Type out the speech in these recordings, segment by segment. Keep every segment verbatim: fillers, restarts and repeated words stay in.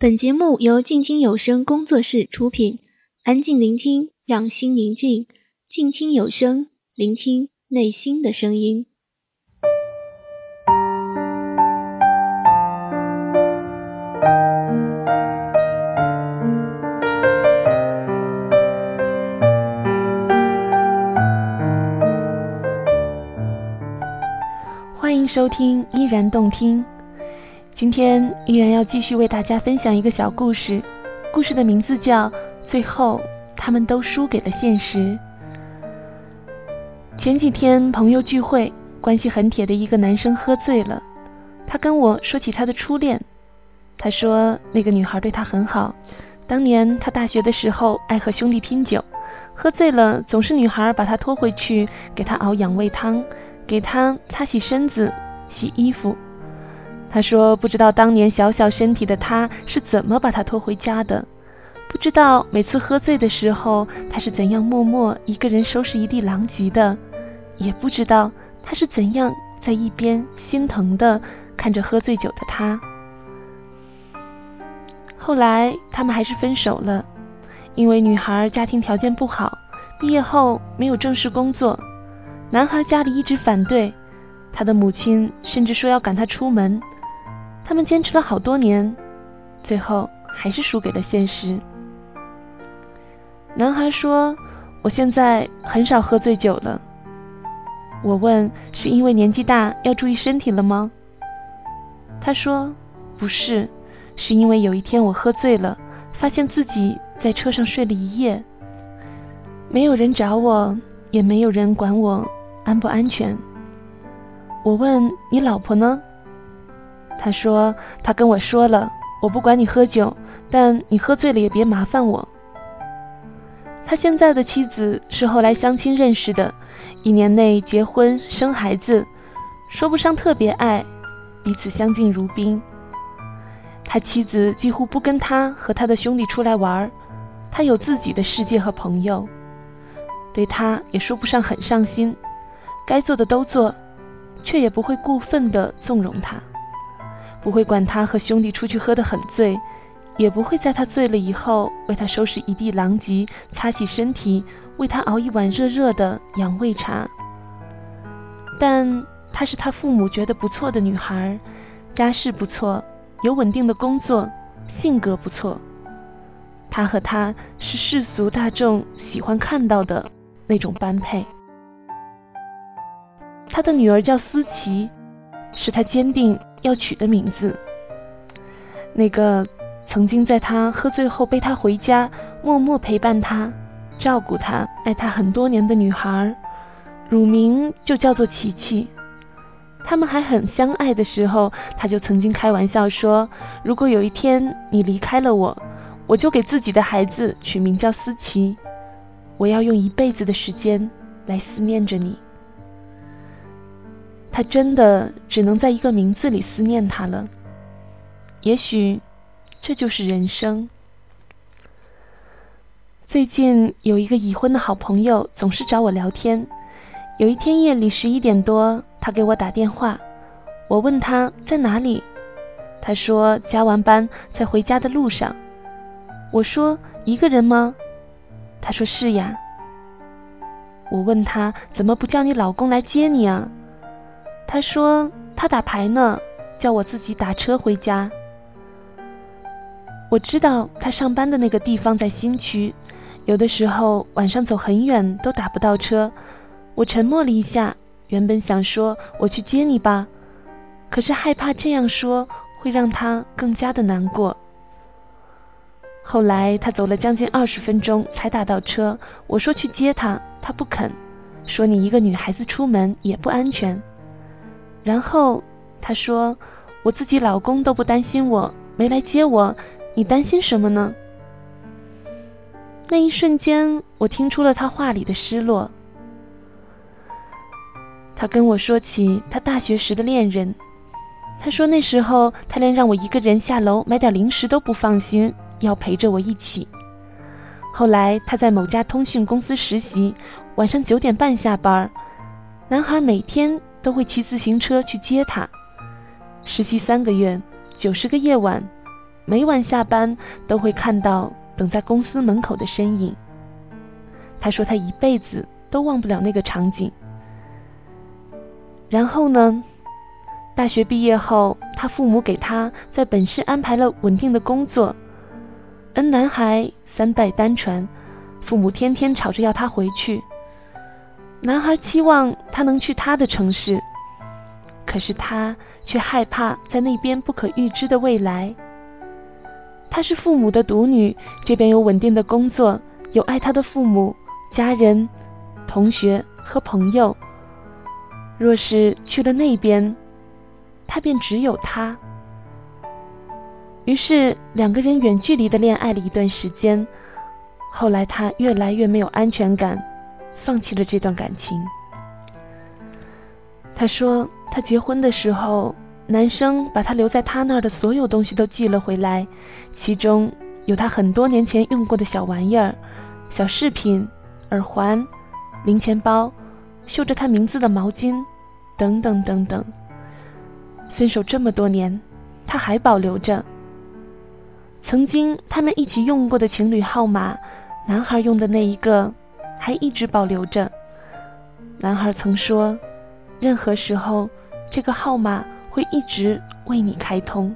本节目由静听有声工作室出品，安静聆听，让心宁静。静听有声，聆听内心的声音。 欢迎收听依然动听。今天依然要继续为大家分享一个小故事，故事的名字叫《最后他们都输给了现实》。前几天朋友聚会，关系很铁的一个男生喝醉了，他跟我说起他的初恋。他说那个女孩对他很好，当年他大学的时候爱和兄弟拼酒，喝醉了总是女孩把他拖回去给他熬养胃汤，给他擦洗身子洗衣服。他说不知道当年小小身体的他是怎么把他拖回家的，不知道每次喝醉的时候他是怎样默默一个人收拾一地狼藉的，也不知道他是怎样在一边心疼的看着喝醉酒的他。后来他们还是分手了，因为女孩家庭条件不好，毕业后没有正式工作，男孩家里一直反对，他的母亲甚至说要赶他出门。他们坚持了好多年，最后还是输给了现实。男孩说，我现在很少喝醉酒了。我问，是因为年纪大要注意身体了吗？他说，不是，是因为有一天我喝醉了，发现自己在车上睡了一夜，没有人找我，也没有人管我安不安全。我问，你老婆呢？他说，他跟我说了，我不管你喝酒，但你喝醉了也别麻烦我。他现在的妻子是后来相亲认识的，一年内结婚生孩子，说不上特别爱，彼此相敬如宾。他妻子几乎不跟他和他的兄弟出来玩，他有自己的世界和朋友，对他也说不上很上心，该做的都做，却也不会过分的纵容他，不会管他和兄弟出去喝得很醉，也不会在他醉了以后为他收拾一地狼藉，擦洗身体，为他熬一碗热热的养胃茶。但她是他父母觉得不错的女孩，家世不错，有稳定的工作，性格不错。她和他是世俗大众喜欢看到的那种般配。他的女儿叫思琪，是他坚定要取的名字。那个曾经在他喝醉后背他回家，默默陪伴他，照顾他，爱他很多年的女孩，乳名就叫做琪琪。他们还很相爱的时候，他就曾经开玩笑说，如果有一天你离开了我，我就给自己的孩子取名叫思琪，我要用一辈子的时间来思念着你。他真的只能在一个名字里思念他了，也许这就是人生。最近有一个已婚的好朋友总是找我聊天，有一天夜里十一点多，他给我打电话，我问他在哪里，他说加完班在回家的路上。我说一个人吗？他说是呀。我问他怎么不叫你老公来接你啊？他说他打牌呢，叫我自己打车回家。我知道他上班的那个地方在新区，有的时候晚上走很远都打不到车。我沉默了一下，原本想说我去接你吧，可是害怕这样说会让他更加的难过。后来他走了将近二十分钟才打到车，我说去接他，他不肯，说你一个女孩子出门也不安全。然后他说，我自己老公都不担心我，没来接我，你担心什么呢？那一瞬间我听出了他话里的失落。他跟我说起他大学时的恋人，他说那时候他连让我一个人下楼买点零食都不放心，要陪着我一起。后来他在某家通讯公司实习，晚上九点半下班，男孩每天都会骑自行车去接他。实习三个月，九十个夜晚， 每晚下班都会看到等在公司门口的身影。他说他一辈子都忘不了那个场景。然后呢，大学毕业后，他父母给他在本市安排了稳定的工作。N 男孩三代单传，父母天天吵着要他回去。男孩期望他能去他的城市，可是他却害怕在那边不可预知的未来。她是父母的独女，这边有稳定的工作，有爱她的父母、家人、同学和朋友。若是去了那边，他便只有他。于是两个人远距离的恋爱了一段时间，后来他越来越没有安全感，放弃了这段感情。他说他结婚的时候，男生把他留在他那儿的所有东西都寄了回来，其中有他很多年前用过的小玩意儿、小饰品、耳环、零钱包、绣着他名字的毛巾等等等等。分手这么多年，他还保留着。曾经他们一起用过的情侣号码，男孩用的那一个还一直保留着。男孩曾说，任何时候这个号码会一直为你开通。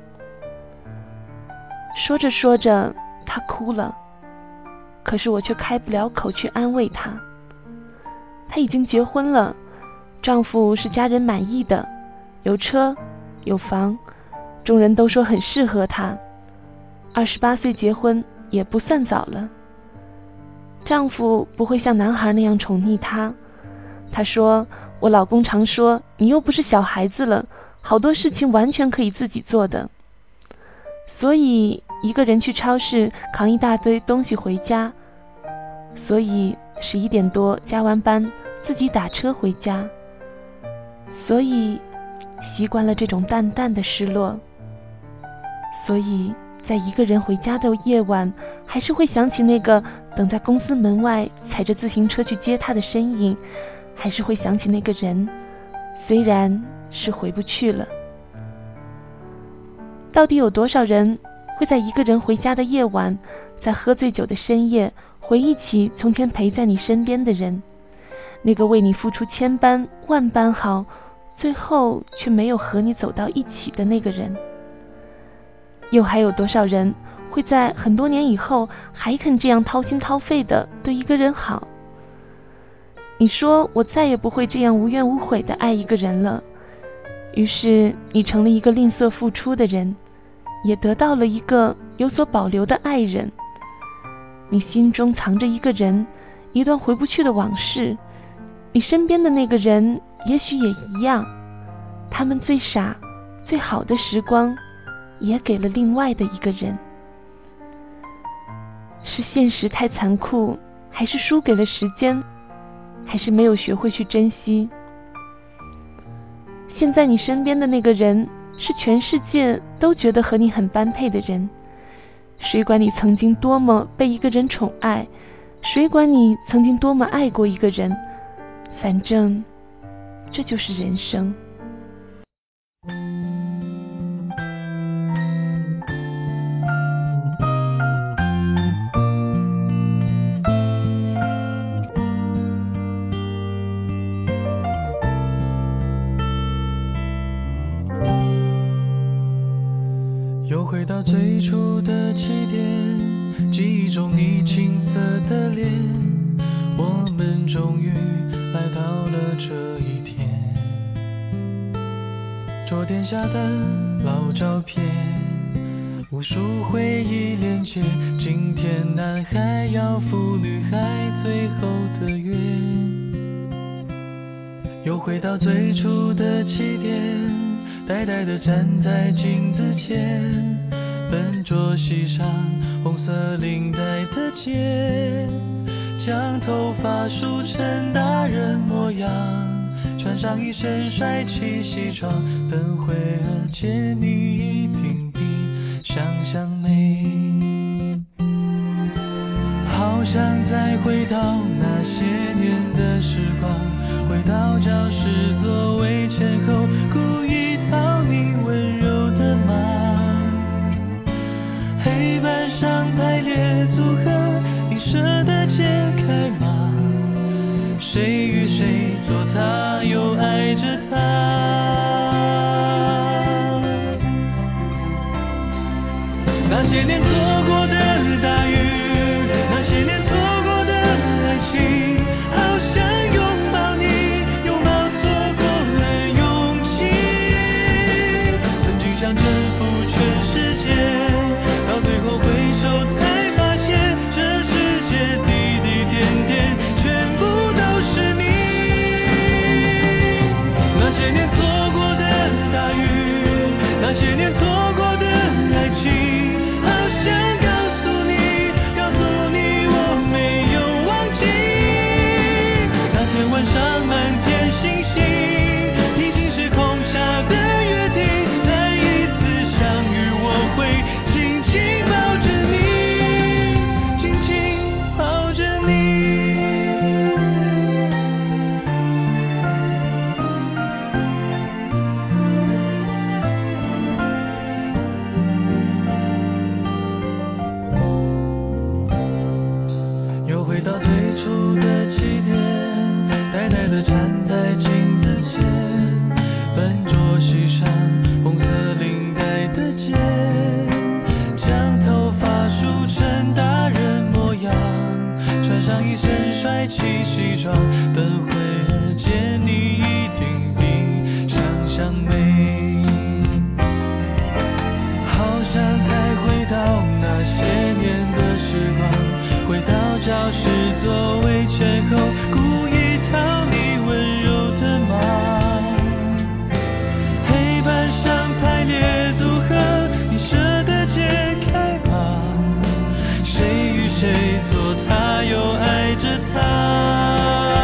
说着说着他哭了，可是我却开不了口去安慰他。她已经结婚了，丈夫是家人满意的，有车有房，众人都说很适合她。二十八岁结婚也不算早了。丈夫不会像男孩那样宠溺她。她说，我老公常说，你又不是小孩子了，好多事情完全可以自己做的。所以一个人去超市扛一大堆东西回家，所以十一点多加完班自己打车回家，所以习惯了这种淡淡的失落，所以在一个人回家的夜晚，还是会想起那个等在公司门外踩着自行车去接他的身影，还是会想起那个人，虽然是回不去了。到底有多少人会在一个人回家的夜晚，在喝醉酒的深夜，回忆起从前陪在你身边的人，那个为你付出千般万般好，最后却没有和你走到一起的那个人？又还有多少人会在很多年以后还肯这样掏心掏肺的对一个人好？你说我再也不会这样无怨无悔的爱一个人了，于是你成了一个吝啬付出的人，也得到了一个有所保留的爱人。你心中藏着一个人，一段回不去的往事，你身边的那个人也许也一样，他们最傻最好的时光也给了另外的一个人。是现实太残酷，还是输给了时间，还是没有学会去珍惜？现在你身边的那个人，是全世界都觉得和你很般配的人。谁管你曾经多么被一个人宠爱，谁管你曾经多么爱过一个人，反正这就是人生。 又回到最初的起点，记忆中你青涩的脸，我们终于来到了这一天。桌垫下的老照片，无数回忆连接，今天男孩要赴女孩最后的约。又回到最初的起点，呆呆地站在镜子前，笨拙系上红色领带的结，将头发梳成大人模样，穿上一身帅气西装，等会儿见你一定比想象美。好想再回到那些年的时光，回到教室座位前后，故意讨你温柔的骂， 黑板上排列组合，你舍得解开吗？谁与谁做他，又爱着他？那些年错过的大雨，那些年错过的爱情，好想拥抱你，拥抱错过了勇气。曾经想征服全世界，到最后回首才发现，这世界滴滴点点全部都是你。那些年错过的大雨，那些年错过的爱情，好想告诉你，告诉你我没有忘记。那天晚上满天星星，平行时空下的约定，再一次相遇我会紧紧抱着你，紧紧抱着你。又回到最初的起点，呆呆地站在镜子前，笨拙系上红色领带的结，将头发梳成大人模样，穿上一身帅气西装，等会儿见你一定比想象美。好想再回到那些年的时光，回到教室座位前后，故意讨你温柔的骂。黑板上排列组合，你舍得解开吗？谁与谁做他，又爱着他？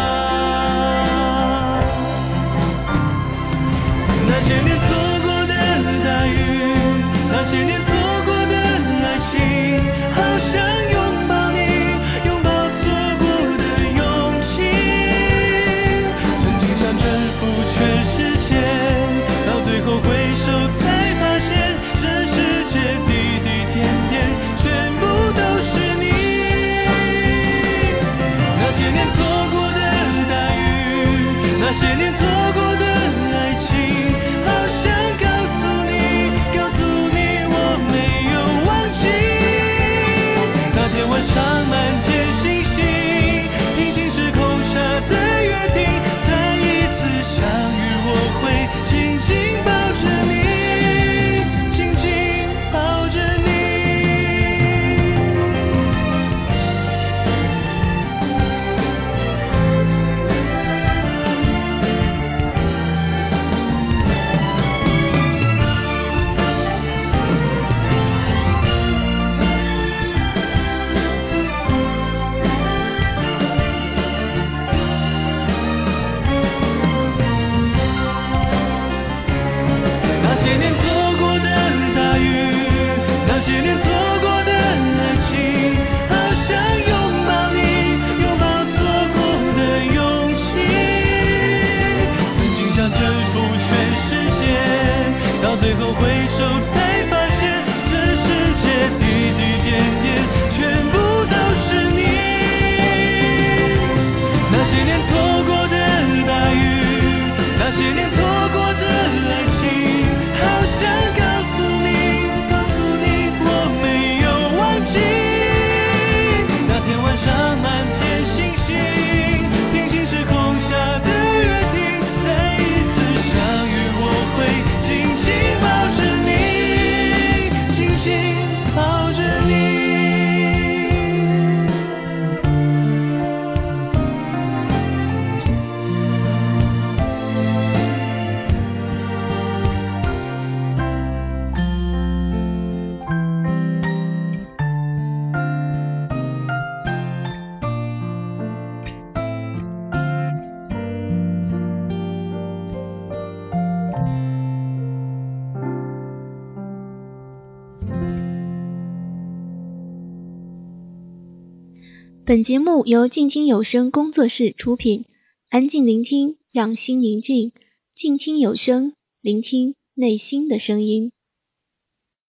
那些年错过的大雨，那些年错过的爱情，好想拥抱你，拥抱错过的勇气。曾经想征服全世界，到最后回首才发现，这世界滴滴点点全部都是你。那些年错过的大雨，那些年错过的爱情，好想告诉你，告诉你我没有忘记。那天晚上满天星星，平行时空下的约定，再一次相遇我会紧紧抱着你，紧紧抱着你。那些年错过的大雨，那些年错过的爱情，好想拥抱你，拥抱错过的勇气。曾经想征服全世界，到最后回首才发现，这世界滴滴点点全部都是你。那些年错过的大雨，那些年错过的爱情，好想告诉你，告诉你我没有忘记。那天晚上满天星星，平行时空下的约定，再一次相遇我会紧紧抱着你，紧紧抱着你。 本节目由静听有声工作室出品，安静聆听，让心宁静，静听有声，聆听内心的声音。